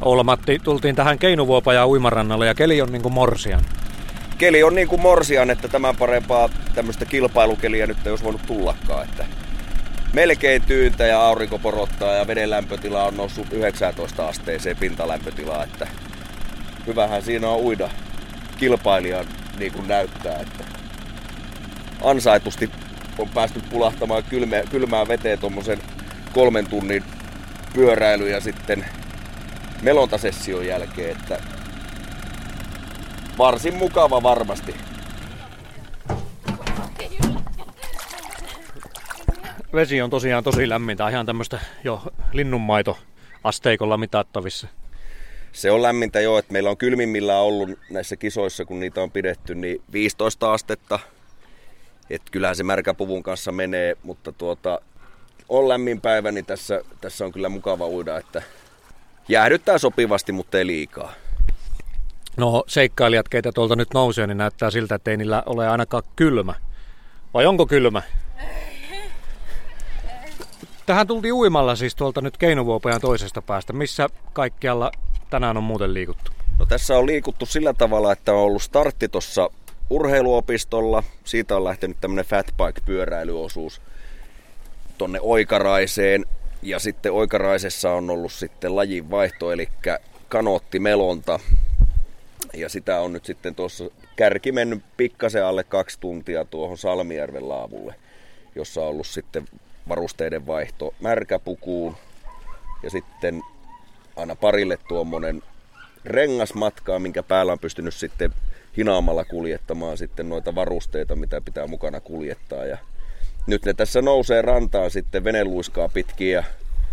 Oula-Matti, tultiin tähän Keinuvuopajaan uimarannalle ja keli on niin kuin morsian. Keli on niin kuin morsian, että tämän parempaa tämmöistä kilpailukeliä nyt ei olisi voinut tullakaan. Että melkein tyyntä ja aurinko porottaa ja veden lämpötila on noussut 19 asteeseen pintalämpötilaa. Että hyvähän siinä on uida kilpailijan niin kuin näyttää. Että ansaitusti on päästy pulahtamaan kylmään veteen tuommoisen 3 tunnin pyöräily ja sitten melontasession jälkeen, että varsin mukava varmasti. Vesi on tosiaan tosi lämmintä, ihan tämmöistä jo linnunmaitoasteikolla mitattavissa. Se on lämmintä jo, että meillä on kylmimmillään ollut näissä kisoissa, kun niitä on pidetty, niin 15 astetta. Että kyllähän se märkäpuvun kanssa menee, mutta on lämmin päivä, niin tässä on kyllä mukava uida, että jäähdyttää sopivasti, mutta ei liikaa. No seikkailijat, keitä tuolta nyt nousee, niin näyttää siltä, että ei niillä ole ainakaan kylmä. Vai onko kylmä? Tähän tultiin uimalla siis tuolta nyt Keinuvuopajan toisesta päästä. Missä kaikkialla tänään on muuten liikuttu? No tässä on liikuttu sillä tavalla, että on ollut startti tuossa urheiluopistolla. Siitä on lähtenyt tämmöinen fatbike-pyöräilyosuus tonne Oikaraiseen. Ja sitten Oikaraisessa on ollut sitten lajin vaihto, eli kanoottimelonta. Ja sitä on nyt sitten tuossa kärki mennyt pikkasen alle 2 tuntia tuohon Salmijärven laavulle, jossa on ollut sitten varusteiden vaihto märkäpukuun ja sitten aina parille tuommoinen rengasmatkaa, minkä päällä on pystynyt sitten hinaamalla kuljettamaan sitten noita varusteita, mitä pitää mukana kuljettaa. Ja nyt ne tässä nousee rantaan sitten veneluiskaa pitkin ja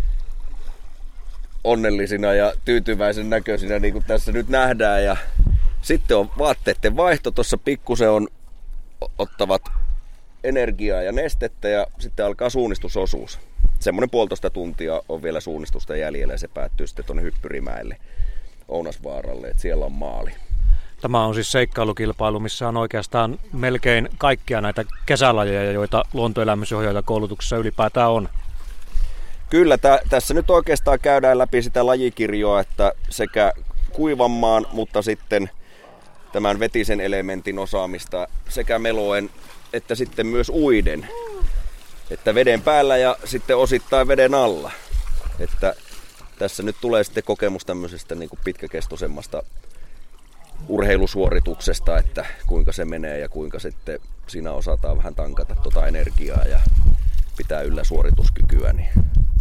onnellisina ja tyytyväisen näköisinä, niin kuin tässä nyt nähdään. Ja sitten on vaatteiden vaihto, tuossa pikkusen ottavat energiaa ja nestettä ja sitten alkaa suunnistusosuus. Semmoinen 1,5 tuntia on vielä suunnistusta jäljellä ja se päättyy sitten tuonne Hyppyrimäelle Ounasvaaralle, että siellä on maali. Tämä on siis seikkailukilpailu, missä on oikeastaan melkein kaikkia näitä kesälajeja, joita luontoelämysohjaajan koulutuksessa ylipäätään on. Kyllä, tässä nyt oikeastaan käydään läpi sitä lajikirjoa, että sekä kuivanmaan, mutta sitten tämän vetisen elementin osaamista sekä meloen että sitten myös uiden. Että veden päällä ja sitten osittain veden alla. Että tässä nyt tulee sitten kokemus tämmöisestä niin kuin pitkäkestoisemmasta urheilusuorituksesta, että kuinka se menee ja kuinka sitten siinä osataan vähän tankata tuota energiaa ja pitää yllä suorituskykyä. Niin.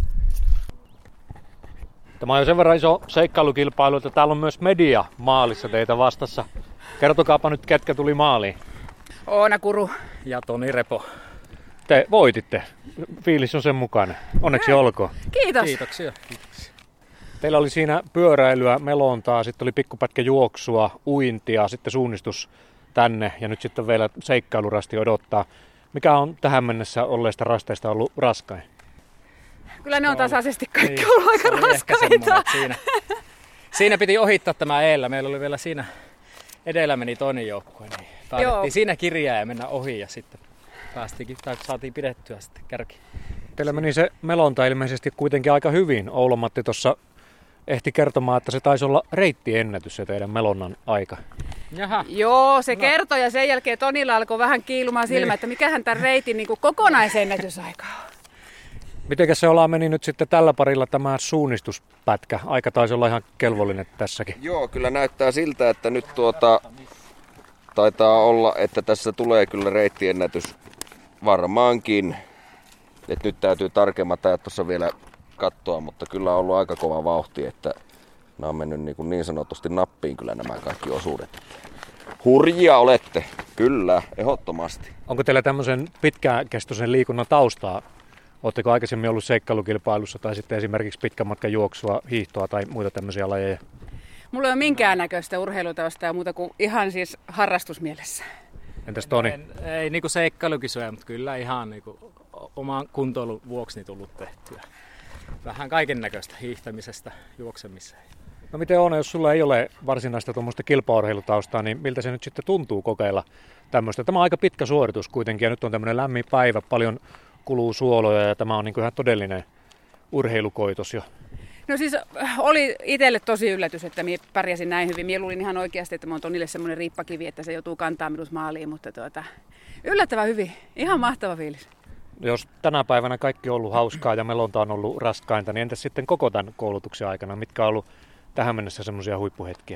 Tämä on jo sen verran iso seikkailukilpailu, että täällä on myös media maalissa teitä vastassa. Kertokaapa nyt, ketkä tuli maaliin. Oona Kuru. Ja Toni Repo. Te voititte. Fiilis on sen mukainen. Onneksi olkoon. Kiitos. Kiitoksia. Teillä oli siinä pyöräilyä, melontaa, sitten oli pikkupätkä juoksua, uintia, sitten suunnistus tänne ja nyt sitten vielä seikkailurasti odottaa. Mikä on tähän mennessä olleista rasteista ollut raskain? Kyllä ne on tasaisesti kaikki ollut aika raskaita. Siinä piti ohittaa tämä eellä. Meillä oli vielä siinä edellä meni toinen joukkue. Niin päätettiin siinä kirjaa ja mennä ohi ja sitten saatiin pidettyä sitten kärki. Teillä meni se melonta ilmeisesti kuitenkin aika hyvin. Oula-Matti tuossa ehti kertomaan, että se taisi olla reittiennätys se teidän melonnan aika. Jaha. Joo, se kertoi ja sen jälkeen Tonilla alkoi vähän kiilumaan silmä, että mikähän tämän reitin niin kuin kokonaisennätysaika on. Mitenkäs se meni nyt sitten tällä parilla tämä suunnistuspätkä? Aika taisi olla ihan kelvollinen tässäkin. Joo, kyllä näyttää siltä, että nyt taitaa olla, että tässä tulee kyllä reittiennätys varmaankin. Et nyt täytyy tarkemmat ajat tuossa vielä katsoa, mutta kyllä on ollut aika kova vauhti, että nämä on mennyt niin sanotusti nappiin kyllä nämä kaikki osuudet. Hurjia olette, kyllä, ehdottomasti. Onko teillä tämmöisen pitkäkestoisen liikunnan taustaa? Oletteko aikaisemmin ollut seikkailukilpailussa tai sitten esimerkiksi pitkän matkan juoksua, hiihtoa tai muita tämmöisiä lajeja? Mulla ei ole minkäännäköistä urheilutaustaa muuta kuin ihan siis harrastusmielessä. Entäs Toni? Ei niinku seikkailukisoja, mutta kyllä ihan niinku oman kuntoilun vuoksi tullut tehtyä. Vähän kaiken näköistä hiihtämisestä juoksemiseen. No miten on, jos sulla ei ole varsinaista tuommoista kilpaurheilutaustaa, niin miltä se nyt sitten tuntuu kokeilla tämmöistä? Tämä on aika pitkä suoritus kuitenkin ja nyt on tämmöinen lämmin päivä, paljon kuluu suoloja ja tämä on niin kuin ihan todellinen urheilukoitos jo. No siis oli itselle tosi yllätys, että minä pärjäsin näin hyvin. Minä luulin ihan oikeasti, että minä olen Tonille semmoinen riippakivi, että se joutuu kantaa minut maaliin, mutta yllättävän hyvin. Ihan mahtava fiilis. Jos tänä päivänä kaikki on ollut hauskaa ja melonta on ollut raskainta, niin entäs sitten koko tämän koulutuksen aikana? Mitkä on ollut tähän mennessä semmoisia huippuhetkiä?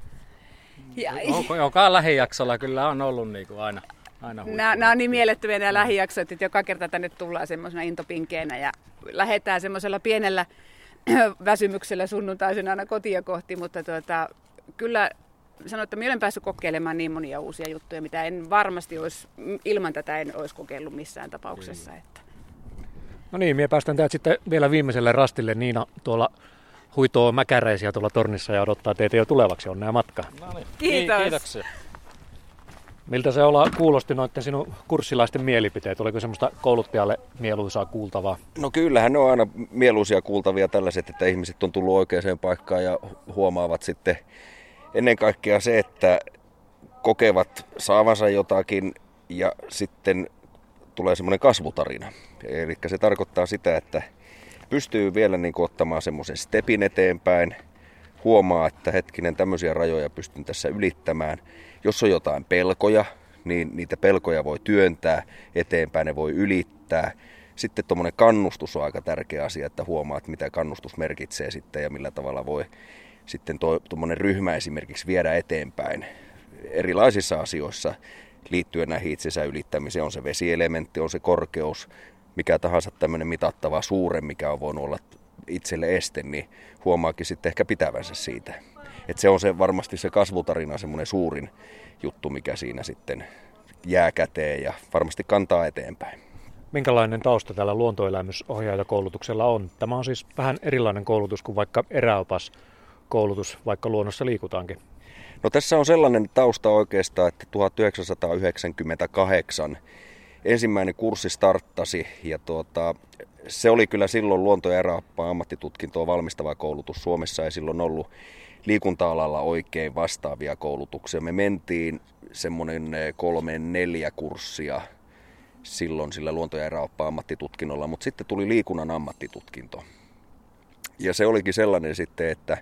Joka lähijaksolla kyllä on ollut niin kuin aina Nämä on niin mielettömiä nämä lähijaksot, että joka kerta tänne tullaan semmoisena intopinkeenä ja lähdetään semmoisella pienellä väsymyksellä sunnuntaisin aina kotia kohti, mutta kyllä sanon, että minä olen päässyt kokeilemaan niin monia uusia juttuja, mitä en varmasti olisi, ilman tätä en olisi kokeillut missään tapauksessa. Että. No niin, minä päästän täältä sitten vielä viimeiselle rastille. Niina tuolla huitoo mäkäreisiä tuolla tornissa ja odottaa teitä jo tulevaksi. Onnea matka. No niin. Kiitos. Kiitoksia. Miltä se kuulosti noiden sinun kurssilaisten mielipiteet? Oliko semmoista kouluttajalle mieluisaa kuultavaa? No kyllähän ne on aina mieluisia kuultavia tällaiset, että ihmiset on tullut oikeaan paikkaan ja huomaavat sitten ennen kaikkea se, että kokevat saavansa jotakin ja sitten tulee semmoinen kasvutarina. Eli se tarkoittaa sitä, että pystyy vielä niin kuin ottamaan semmoisen stepin eteenpäin, huomaa, että hetkinen, tämmöisiä rajoja pystyn tässä ylittämään. Jos on jotain pelkoja, niin niitä pelkoja voi työntää eteenpäin, ne voi ylittää. Sitten tuommoinen kannustus on aika tärkeä asia, että huomaa, että mitä kannustus merkitsee sitten ja millä tavalla voi sitten tuommoinen ryhmä esimerkiksi viedä eteenpäin erilaisissa asioissa liittyen näihin itsensä ylittämiseen. On se vesielementti, on se korkeus, mikä tahansa tämmöinen mitattava suure, mikä on voinut olla itselle este, niin huomaakin sitten ehkä pitävänsä siitä. Että se on se varmasti se kasvutarina, semmoinen suurin juttu, mikä siinä sitten jää käteen ja varmasti kantaa eteenpäin. Minkälainen tausta tällä luontoelämysohjaajakoulutuksella on? Tämä on siis vähän erilainen koulutus kuin vaikka eräopaskoulutus, vaikka luonnossa liikutaankin. No tässä on sellainen tausta oikeastaan, että 1998 ensimmäinen kurssi starttasi ja se oli kyllä silloin luonto- ja eräoppaan ammattitutkintoon valmistava koulutus. Suomessa ei silloin ollut liikunta-alalla oikein vastaavia koulutuksia. Me mentiin semmoinen 3-4 kurssia silloin sillä luonto- ja eräoppaan ammattitutkinnolla, mutta sitten tuli liikunnan ammattitutkinto. Ja se olikin sellainen sitten, että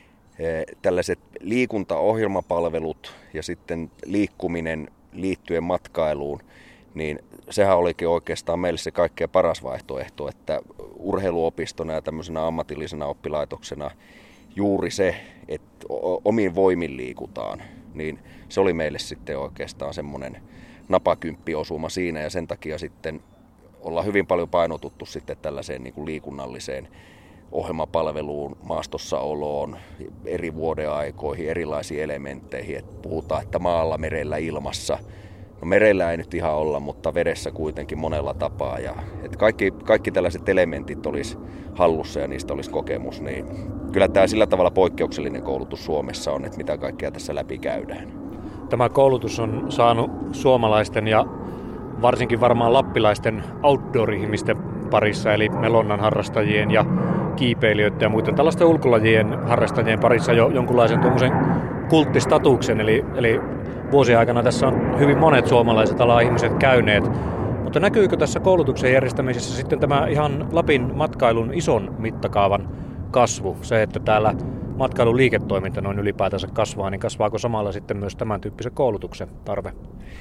tällaiset liikuntaohjelmapalvelut ja sitten liikkuminen liittyen matkailuun, niin sehän olikin oikeastaan meille se kaikkein paras vaihtoehto, että urheiluopistona ja tämmöisenä ammatillisena oppilaitoksena juuri se, että omin voimin liikutaan, niin se oli meille sitten oikeastaan semmoinen napakymppiosuma siinä ja sen takia sitten ollaan hyvin paljon painotuttu sitten tällaiseen niin kuin liikunnalliseen ohjelmapalveluun, maastossaoloon, eri vuodeaikoihin, erilaisiin elementteihin. Et puhutaan, että maalla, merellä, ilmassa. No merellä ei nyt ihan olla, mutta vedessä kuitenkin monella tapaa. Ja, kaikki tällaiset elementit olisi hallussa ja niistä olisi kokemus. Niin kyllä tämä sillä tavalla poikkeuksellinen koulutus Suomessa on, että mitä kaikkea tässä läpi käydään. Tämä koulutus on saanut suomalaisten ja varsinkin varmaan lappilaisten outdoor-ihmisten parissa, eli melonnan harrastajien ja kiipeilijöiden ja muiden tällaisten ulkolajien harrastajien parissa jo jonkunlaisen tuommoisen kulttistatuksen, eli vuosien aikana tässä on hyvin monet suomalaiset ala-ihmiset käyneet. Mutta näkyykö tässä koulutuksen järjestämisessä sitten tämä ihan Lapin matkailun ison mittakaavan kasvu, se, että täällä matkailun liiketoiminta noin ylipäätänsä kasvaa, niin kasvaako samalla sitten myös tämän tyyppisen koulutuksen tarve?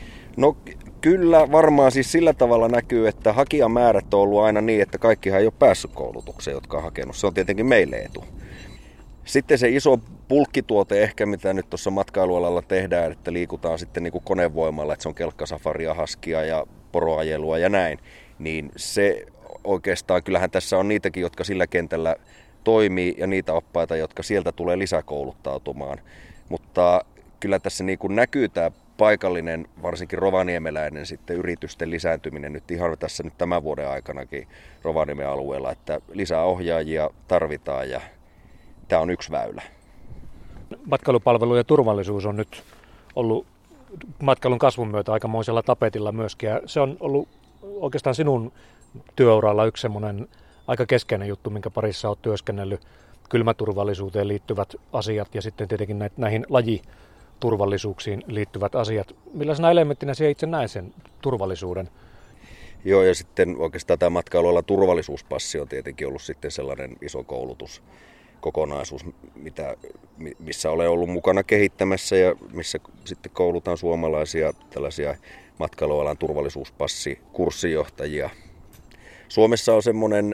No kyllä varmaan siis sillä tavalla näkyy, että hakijamäärät on ollut aina niin, että kaikkihan ei ole päässyt koulutukseen, jotka on hakenut. Se on tietenkin meille etu. Sitten se iso bulkkituote ehkä, mitä nyt tuossa matkailualalla tehdään, että liikutaan sitten niin kuin konevoimalla, että se on kelkkasafaria, haskia ja poroajelua ja näin, niin se oikeastaan, kyllähän tässä on niitäkin, jotka sillä kentällä toimii ja niitä oppaita, jotka sieltä tulee lisäkouluttautumaan. Mutta kyllä tässä niin kuin näkyy tämä paikallinen, varsinkin rovaniemeläinen sitten yritysten lisääntyminen nyt ihan tässä nyt tämän vuoden aikanakin Rovaniemen alueella, että lisää ohjaajia tarvitaan ja tämä on yksi väylä. Matkailupalvelu ja turvallisuus on nyt ollut matkailun kasvun myötä aikamoisella tapetilla myöskin ja se on ollut oikeastaan sinun työuralla yksi semmoinen aika keskeinen juttu, minkä parissa olet työskennellyt, kylmäturvallisuuteen liittyvät asiat ja sitten tietenkin näihin lajiturvallisuuksiin liittyvät asiat. Millaisena elementtinä sinä itse näet sen turvallisuuden? Joo, ja sitten oikeastaan tämä matkailualan turvallisuuspassi on tietenkin ollut sitten sellainen iso koulutuskokonaisuus, missä olen ollut mukana kehittämässä ja missä sitten koulutaan suomalaisia tällaisia matkailualan turvallisuuspassikurssijohtajia. Suomessa on semmoinen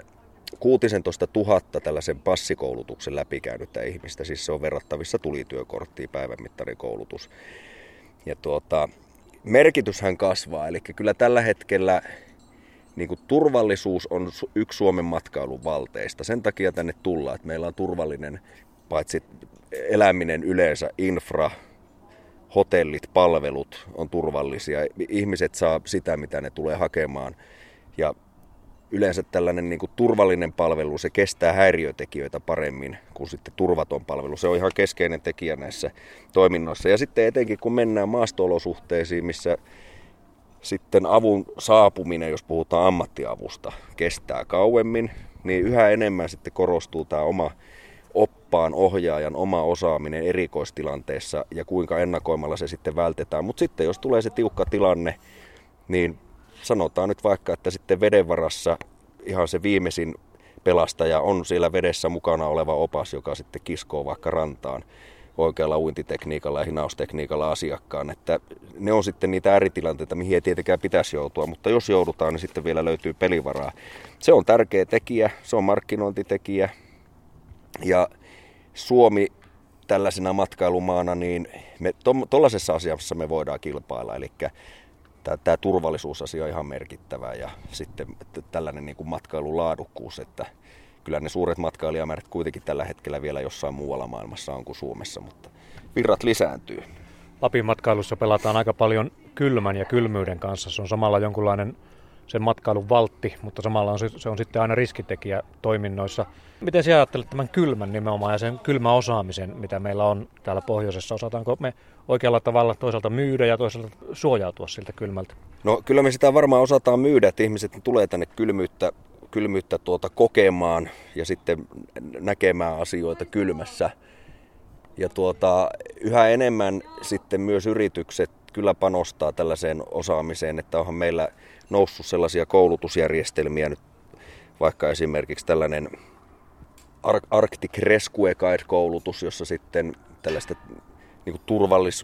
16 000 tällaisen passikoulutuksen läpikäynyttä ihmistä, siis se on verrattavissa tulityökorttiin päivänmittarikoulutus. Ja merkityshän kasvaa, eli kyllä tällä hetkellä niin kuin turvallisuus on yksi Suomen matkailun valteista. Sen takia tänne tullaan, että meillä on turvallinen paitsi eläminen yleensä, infra, hotellit, palvelut on turvallisia. Ihmiset saa sitä, mitä ne tulee hakemaan. Ja yleensä tällainen niin kuin turvallinen palvelu, se kestää häiriötekijöitä paremmin kuin sitten turvaton palvelu. Se on ihan keskeinen tekijä näissä toiminnoissa. Ja sitten etenkin kun mennään maasto-olosuhteisiin, missä sitten avun saapuminen, jos puhutaan ammattiavusta, kestää kauemmin, niin yhä enemmän sitten korostuu tämä oma oppaan, ohjaajan oma osaaminen erikoistilanteessa ja kuinka ennakoimalla se sitten vältetään. Mutta sitten jos tulee se tiukka tilanne, niin sanotaan nyt vaikka, että sitten veden varassa ihan se viimeisin pelastaja on siellä vedessä mukana oleva opas, joka sitten kiskoo vaikka rantaan oikealla uintitekniikalla ja hinaustekniikalla asiakkaan. Että ne on sitten niitä ääritilanteita, mihin ei tietenkään pitäisi joutua, mutta jos joudutaan, niin sitten vielä löytyy pelivaraa. Se on tärkeä tekijä, se on markkinointitekijä ja Suomi tällaisena matkailumaana, niin tuollaisessa asiassa me voidaan kilpailla, eli tämä turvallisuusasia on ihan merkittävä ja sitten tällainen niin kuin matkailun laadukkuus, että kyllä ne suuret matkailijamäärät kuitenkin tällä hetkellä vielä jossain muualla maailmassa on kuin Suomessa, mutta virrat lisääntyy. Lapin matkailussa pelataan aika paljon kylmän ja kylmyyden kanssa. Se on samalla jonkunlainen sen matkailun valtti, mutta samalla se on sitten aina riskitekijä toiminnoissa. Miten sinä ajattelet tämän kylmän nimenomaan ja sen kylmäosaamisen, mitä meillä on täällä pohjoisessa? Osataanko me oikealla tavalla toisaalta myydä ja toisaalta suojautua siltä kylmältä? No kyllä me sitä varmaan osataan myydä, että ihmiset tulee tänne kylmyyttä kokemaan ja sitten näkemään asioita kylmässä. Ja yhä enemmän sitten myös yritykset kyllä panostaa tällaiseen osaamiseen, että onhan meillä noussut sellaisia koulutusjärjestelmiä nyt, vaikka esimerkiksi tällainen Arctic Rescue Guide-koulutus, jossa sitten tällaista niin kuin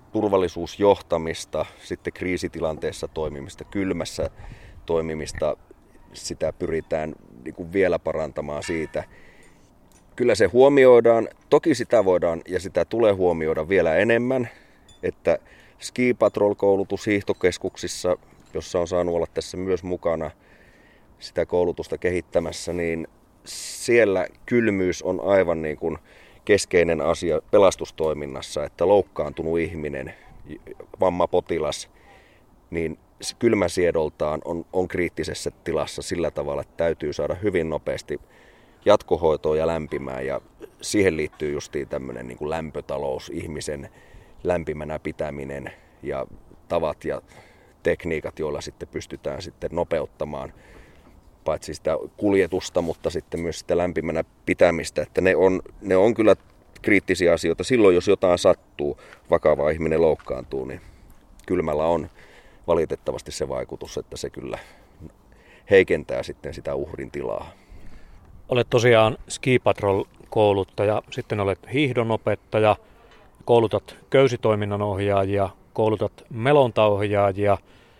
turvallisuusjohtamista, sitten kriisitilanteessa toimimista, kylmässä toimimista, sitä pyritään niin kuin vielä parantamaan siitä. Kyllä se huomioidaan, toki sitä voidaan ja sitä tulee huomioida vielä enemmän, että Ski Patrol-koulutus hiihtokeskuksissa, jossa on saanut olla tässä myös mukana sitä koulutusta kehittämässä, niin siellä kylmyys on aivan niin kuin keskeinen asia pelastustoiminnassa, että loukkaantunut ihminen, vammapotilas, niin kylmäsiedoltaan on kriittisessä tilassa sillä tavalla, että täytyy saada hyvin nopeasti jatkohoitoa ja lämpimään. Ja siihen liittyy justiin tämmöinen niin kuin lämpötalous, ihmisen lämpimänä pitäminen ja tavat ja tekniikat, joilla sitten pystytään sitten nopeuttamaan paitsi sitä kuljetusta, mutta sitten myös sitä lämpimänä pitämistä. Että ne on kyllä kriittisiä asioita. Silloin, jos jotain sattuu, vakava ihminen loukkaantuu, niin kylmällä on valitettavasti se vaikutus, että se kyllä heikentää sitten sitä uhrin tilaa. Olet tosiaan Ski Patrol-kouluttaja, sitten olet hiihdonopettaja, koulutat köysitoiminnan ohjaajia, koulutat melontaohjaajia.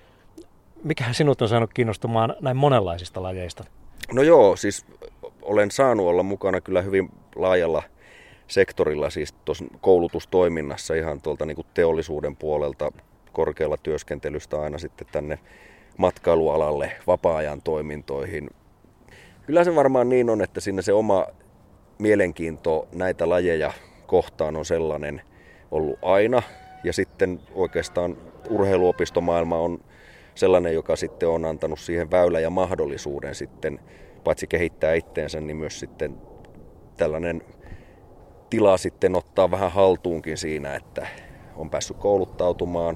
Mikähän sinut on saanut kiinnostumaan näin monenlaisista lajeista? No joo, siis olen saanut olla mukana kyllä hyvin laajalla sektorilla, siis tuossa koulutustoiminnassa ihan tuolta niin kuin teollisuuden puolelta, korkealla työskentelystä aina sitten tänne matkailualalle, vapaa-ajan toimintoihin. Kyllä se varmaan niin on, että siinä se oma mielenkiinto näitä lajeja kohtaan on sellainen ollut aina. Ja sitten oikeastaan urheiluopistomaailma on sellainen, joka sitten on antanut siihen väylä ja mahdollisuuden sitten paitsi kehittää itteensä, niin myös sitten tällainen tila sitten ottaa vähän haltuunkin siinä, että on päässyt kouluttautumaan.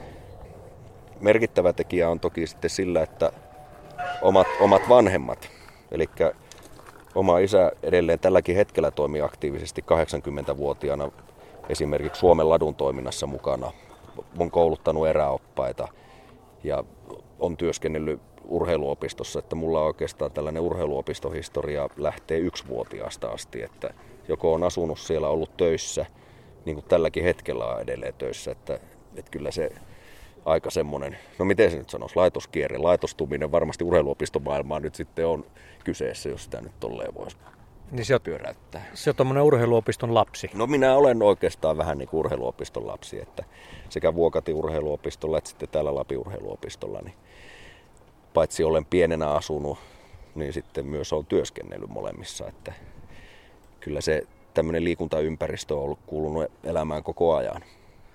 Merkittävä tekijä on toki sitten sillä, että omat vanhemmat, eli oma isä edelleen tälläkin hetkellä toimii aktiivisesti 80-vuotiaana esimerkiksi Suomen ladun toiminnassa mukana. On kouluttanut eräoppaita ja on työskennellyt urheiluopistossa, että mulla on oikeastaan tällainen urheiluopistohistoria lähtee 1-vuotiaasta asti, että joko on asunut siellä, ollut töissä, niin kuin tälläkin hetkellä on edelleen töissä, että kyllä se aika semmoinen, no miten se nyt sanoisi, laitoskierre, laitostuminen varmasti urheiluopistomaailmaan nyt sitten on kyseessä, jos sitä nyt tolleen voisi niin pyöräyttää. Se on tommoinen urheiluopiston lapsi. No minä olen oikeastaan vähän niin kuin urheiluopiston lapsi, että sekä Vuokatin urheiluopistolla että sitten täällä Lapin urheiluopistolla, niin paitsi olen pienenä asunut, niin sitten myös olen työskennellyt molemmissa, että kyllä se tämmöinen liikuntaympäristö on ollut kuulunut elämään koko ajan.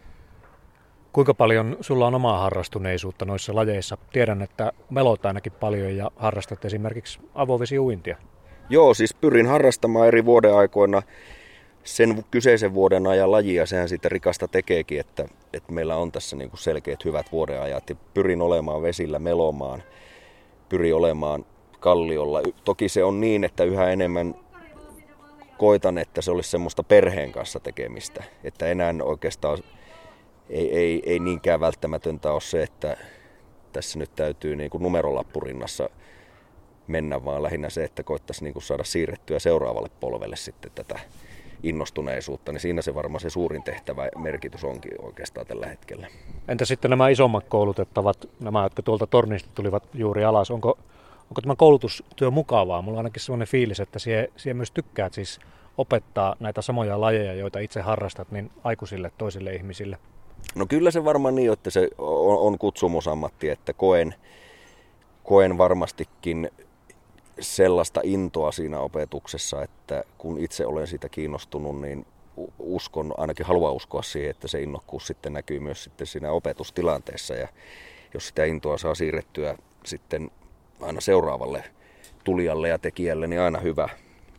Kuinka paljon sulla on omaa harrastuneisuutta noissa lajeissa? Tiedän, että melot ainakin paljon ja harrastat esimerkiksi avovesiuintia. Joo, siis pyrin harrastamaan eri vuodenaikoina sen kyseisen vuoden ajan lajia. Sehän siitä rikasta tekeekin, että meillä on tässä niin kuin selkeät hyvät vuodenajat. Ja pyrin olemaan vesillä melomaan, pyrin olemaan kalliolla. Toki se on niin, että yhä enemmän koitan, että se olisi semmoista perheen kanssa tekemistä. Että enää oikeastaan ei niinkään välttämätöntä ole se, että tässä nyt täytyy niin kuin numerolappurinnassa mennä, vaan lähinnä se, että koittaisi niin kuin saada siirrettyä seuraavalle polvelle sitten tätä innostuneisuutta, niin siinä se varmaan se suurin tehtävä ja merkitys onkin oikeastaan tällä hetkellä. Entä sitten nämä isommat koulutettavat, nämä, jotka tuolta tornista tulivat juuri alas, onko tämä koulutustyö mukavaa? Mulla on ainakin sellainen fiilis, että siellä myös tykkäät siis opettaa näitä samoja lajeja, joita itse harrastat, niin aikuisille toisille ihmisille. No kyllä se varmaan niin, että se on kutsumusammatti, että koen varmastikin sellaista intoa siinä opetuksessa, että kun itse olen siitä kiinnostunut, niin ainakin haluan uskoa siihen, että se innokkuus sitten näkyy myös sitten siinä opetustilanteessa. Ja jos sitä intoa saa siirrettyä sitten aina seuraavalle tulijalle ja tekijälle, niin aina hyvä.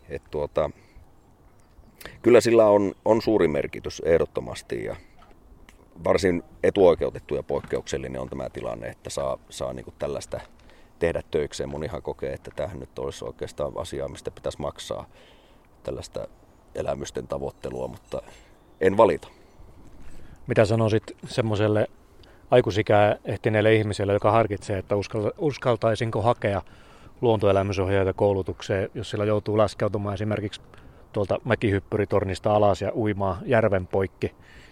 Kyllä sillä on suuri merkitys ehdottomasti ja varsin etuoikeutettu ja poikkeuksellinen on tämä tilanne, että saa niin kuin tällaista tehdä töikseen. Monihan kokee, että tämähän nyt olisi oikeastaan asiaa, mistä pitäisi maksaa tällaista elämysten tavoittelua, mutta en valita. Mitä sanoisit semmoiselle aikuisikää ehtineelle ihmiselle, joka harkitsee, että uskaltaisinko hakea luontoelämysohjaaja koulutukseen, jos sillä joutuu laskeutumaan esimerkiksi tuolta mäkihyppyritornista alas ja uimaan järven poikki?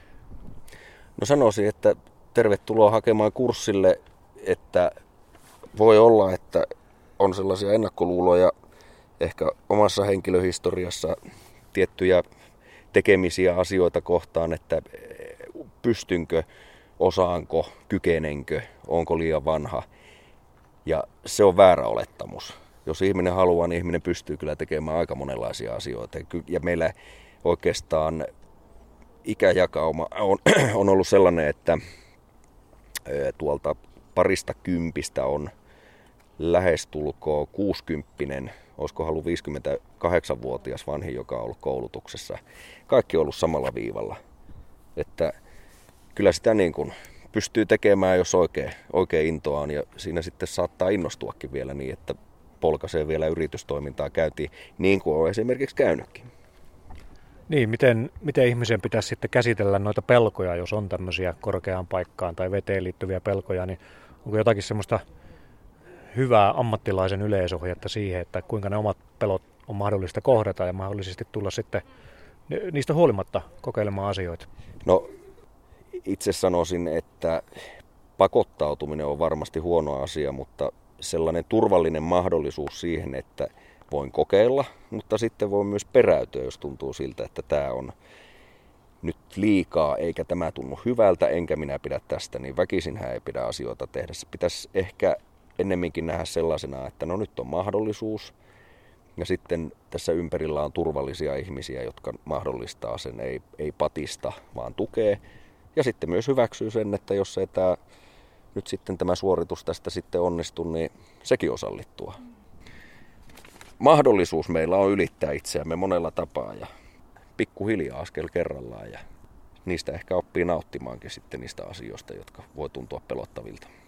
No sanoisin, että tervetuloa hakemaan kurssille, että voi olla, että on sellaisia ennakkoluuloja ehkä omassa henkilöhistoriassa tiettyjä tekemisiä asioita kohtaan, että pystynkö, osaanko, kykenenkö, onko liian vanha. Ja se on väärä olettamus. Jos ihminen haluaa, niin ihminen pystyy kyllä tekemään aika monenlaisia asioita. Ja meillä oikeastaan ikäjakauma on ollut sellainen, että tuolta 20 on lähestulkoon 60, olisiko ollut 58-vuotias vanhi, joka on ollut koulutuksessa. Kaikki on ollut samalla viivalla. Että kyllä sitä niin kuin pystyy tekemään, jos oikein intoaan, ja siinä sitten saattaa innostuakin vielä niin, että polkaisee vielä yritystoimintaa käyntiin, niin kuin on esimerkiksi käynytkin. Niin, miten ihmisen pitäisi sitten käsitellä noita pelkoja, jos on tämmöisiä korkeaan paikkaan tai veteen liittyviä pelkoja, niin onko jotakin semmoista hyvää ammattilaisen yleisohjetta siihen, että kuinka ne omat pelot on mahdollista kohdata ja mahdollisesti tulla sitten niistä huolimatta kokeilemaan asioita? No itse sanoisin, että pakottautuminen on varmasti huono asia, mutta sellainen turvallinen mahdollisuus siihen, että voin kokeilla, mutta sitten voi myös peräytyä, jos tuntuu siltä, että tämä on nyt liikaa, eikä tämä tunnu hyvältä, enkä minä pidä tästä, niin väkisinhän ei pidä asioita tehdä. Se pitäisi ehkä ennemminkin nähdä sellaisena, että no nyt on mahdollisuus, ja sitten tässä ympärillä on turvallisia ihmisiä, jotka mahdollistaa sen, ei patista, vaan tukee. Ja sitten myös hyväksyy sen, että jos ei nyt sitten tämä suoritus tästä sitten onnistu, niin sekin on sallittua. Mahdollisuus meillä on ylittää itseämme monella tapaa ja pikkuhiljaa askel kerrallaan ja niistä ehkä oppii nauttimaankin sitten niistä asioista, jotka voi tuntua pelottavilta.